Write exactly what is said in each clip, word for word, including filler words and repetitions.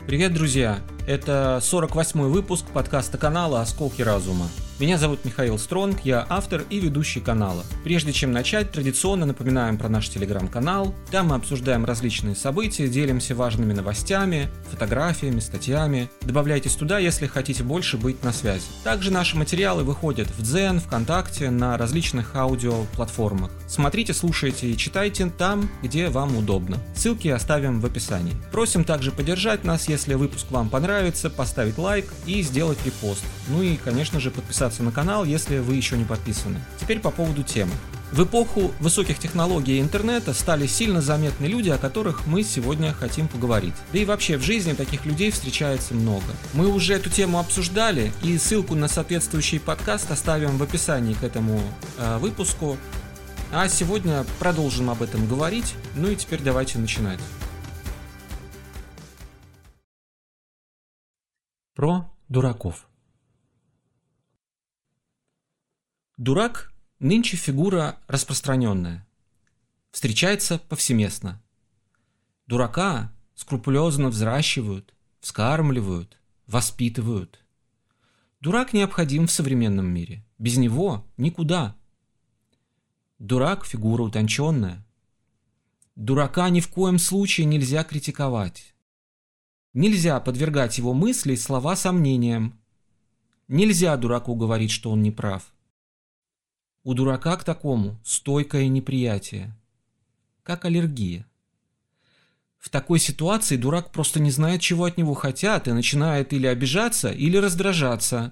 Привет, друзья! Это сорок восьмой выпуск подкаста канала «Осколки разума». Меня зовут Михаил Стронг, я автор и ведущий канала. Прежде чем начать, традиционно напоминаем про наш телеграм-канал. Там мы обсуждаем различные события, делимся важными новостями, фотографиями, статьями. Добавляйтесь туда, если хотите больше быть на связи. Также наши материалы выходят в Дзен, ВКонтакте, на различных аудиоплатформах. Смотрите, слушайте и читайте там, где вам удобно. Ссылки оставим в описании. Просим также поддержать нас, если выпуск вам понравится, поставить лайк и сделать репост. Ну и, конечно же, подписаться на канал, если вы еще не подписаны. Теперь по поводу темы. В эпоху высоких технологий и интернета стали сильно заметны люди, о которых мы сегодня хотим поговорить. Да и вообще в жизни таких людей встречается много. Мы уже эту тему обсуждали, и ссылку на соответствующий подкаст оставим в описании к этому э, выпуску. А сегодня продолжим об этом говорить. Ну и теперь давайте начинать. Про дураков. Дурак нынче фигура распространенная. Встречается повсеместно. Дурака скрупулезно взращивают, вскармливают, воспитывают. Дурак необходим в современном мире. Без него никуда. Дурак – фигура утонченная. Дурака ни в коем случае нельзя критиковать. Нельзя подвергать его мысли и слова сомнениям. Нельзя дураку говорить, что он не прав. У дурака к такому стойкое неприятие, как аллергия. В такой ситуации дурак просто не знает, чего от него хотят, и начинает или обижаться, или раздражаться.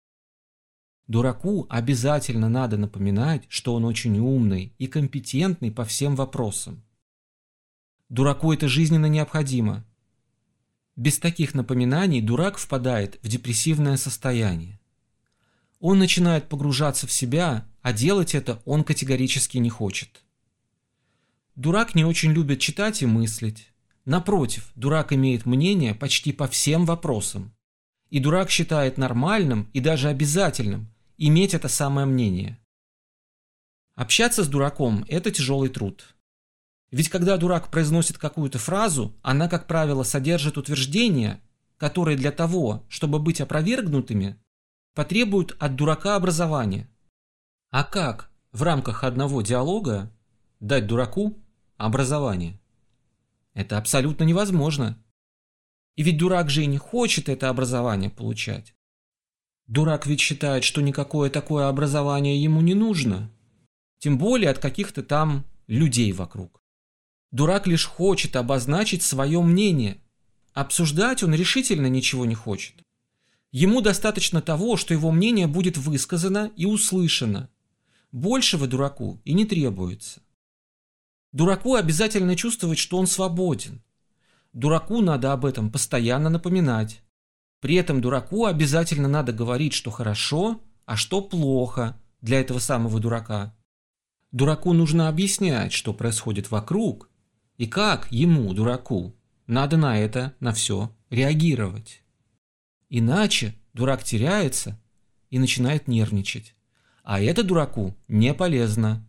Дураку обязательно надо напоминать, что он очень умный и компетентный по всем вопросам. Дураку это жизненно необходимо. Без таких напоминаний дурак впадает в депрессивное состояние. Он начинает погружаться в себя, а делать это он категорически не хочет. Дурак не очень любит читать и мыслить. Напротив, дурак имеет мнение почти по всем вопросам. И дурак считает нормальным и даже обязательным иметь это самое мнение. Общаться с дураком – это тяжелый труд. Ведь когда дурак произносит какую-то фразу, она, как правило, содержит утверждения, которые для того, чтобы быть опровергнутыми, потребуют от дурака образования. А как в рамках одного диалога дать дураку образование? Это абсолютно невозможно. И ведь дурак же и не хочет это образование получать. Дурак ведь считает, что никакое такое образование ему не нужно. Тем более от каких-то там людей вокруг. Дурак лишь хочет обозначить свое мнение. Обсуждать он решительно ничего не хочет. Ему достаточно того, что его мнение будет высказано и услышано. Большего дураку и не требуется. Дураку обязательно чувствовать, что он свободен. Дураку надо об этом постоянно напоминать. При этом дураку обязательно надо говорить, что хорошо, а что плохо для этого самого дурака. Дураку нужно объяснять, что происходит вокруг, и как ему, дураку, надо на это, на все реагировать. Иначе дурак теряется и начинает нервничать. А это дураку не полезно.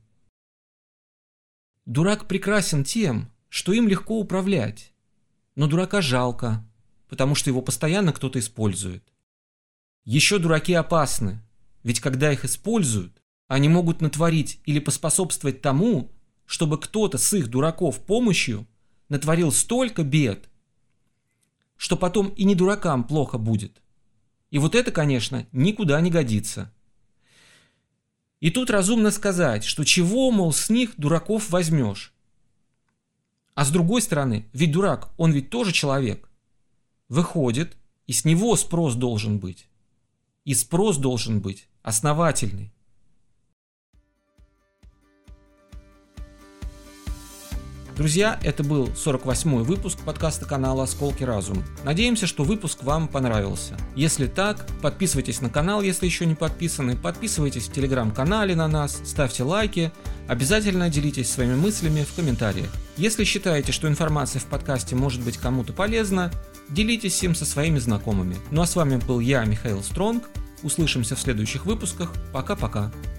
Дурак прекрасен тем, что им легко управлять. Но дурака жалко, потому что его постоянно кто-то использует. Еще дураки опасны, ведь когда их используют, они могут натворить или поспособствовать тому, чтобы кто-то с их дураков помощью натворил столько бед, что потом и не дуракам плохо будет. И вот это, конечно, никуда не годится. И тут разумно сказать, что чего, мол, с них дураков возьмешь. А с другой стороны, ведь дурак, он ведь тоже человек. Выходит, и с него спрос должен быть. И спрос должен быть основательный. Друзья, это был сорок восьмой выпуск подкаста канала «Осколки разума». Надеемся, что выпуск вам понравился. Если так, подписывайтесь на канал, если еще не подписаны, подписывайтесь в телеграм-канале на нас, ставьте лайки, обязательно делитесь своими мыслями в комментариях. Если считаете, что информация в подкасте может быть кому-то полезна, делитесь им со своими знакомыми. Ну а с вами был я, Михаил Стронг. Услышимся в следующих выпусках. Пока-пока.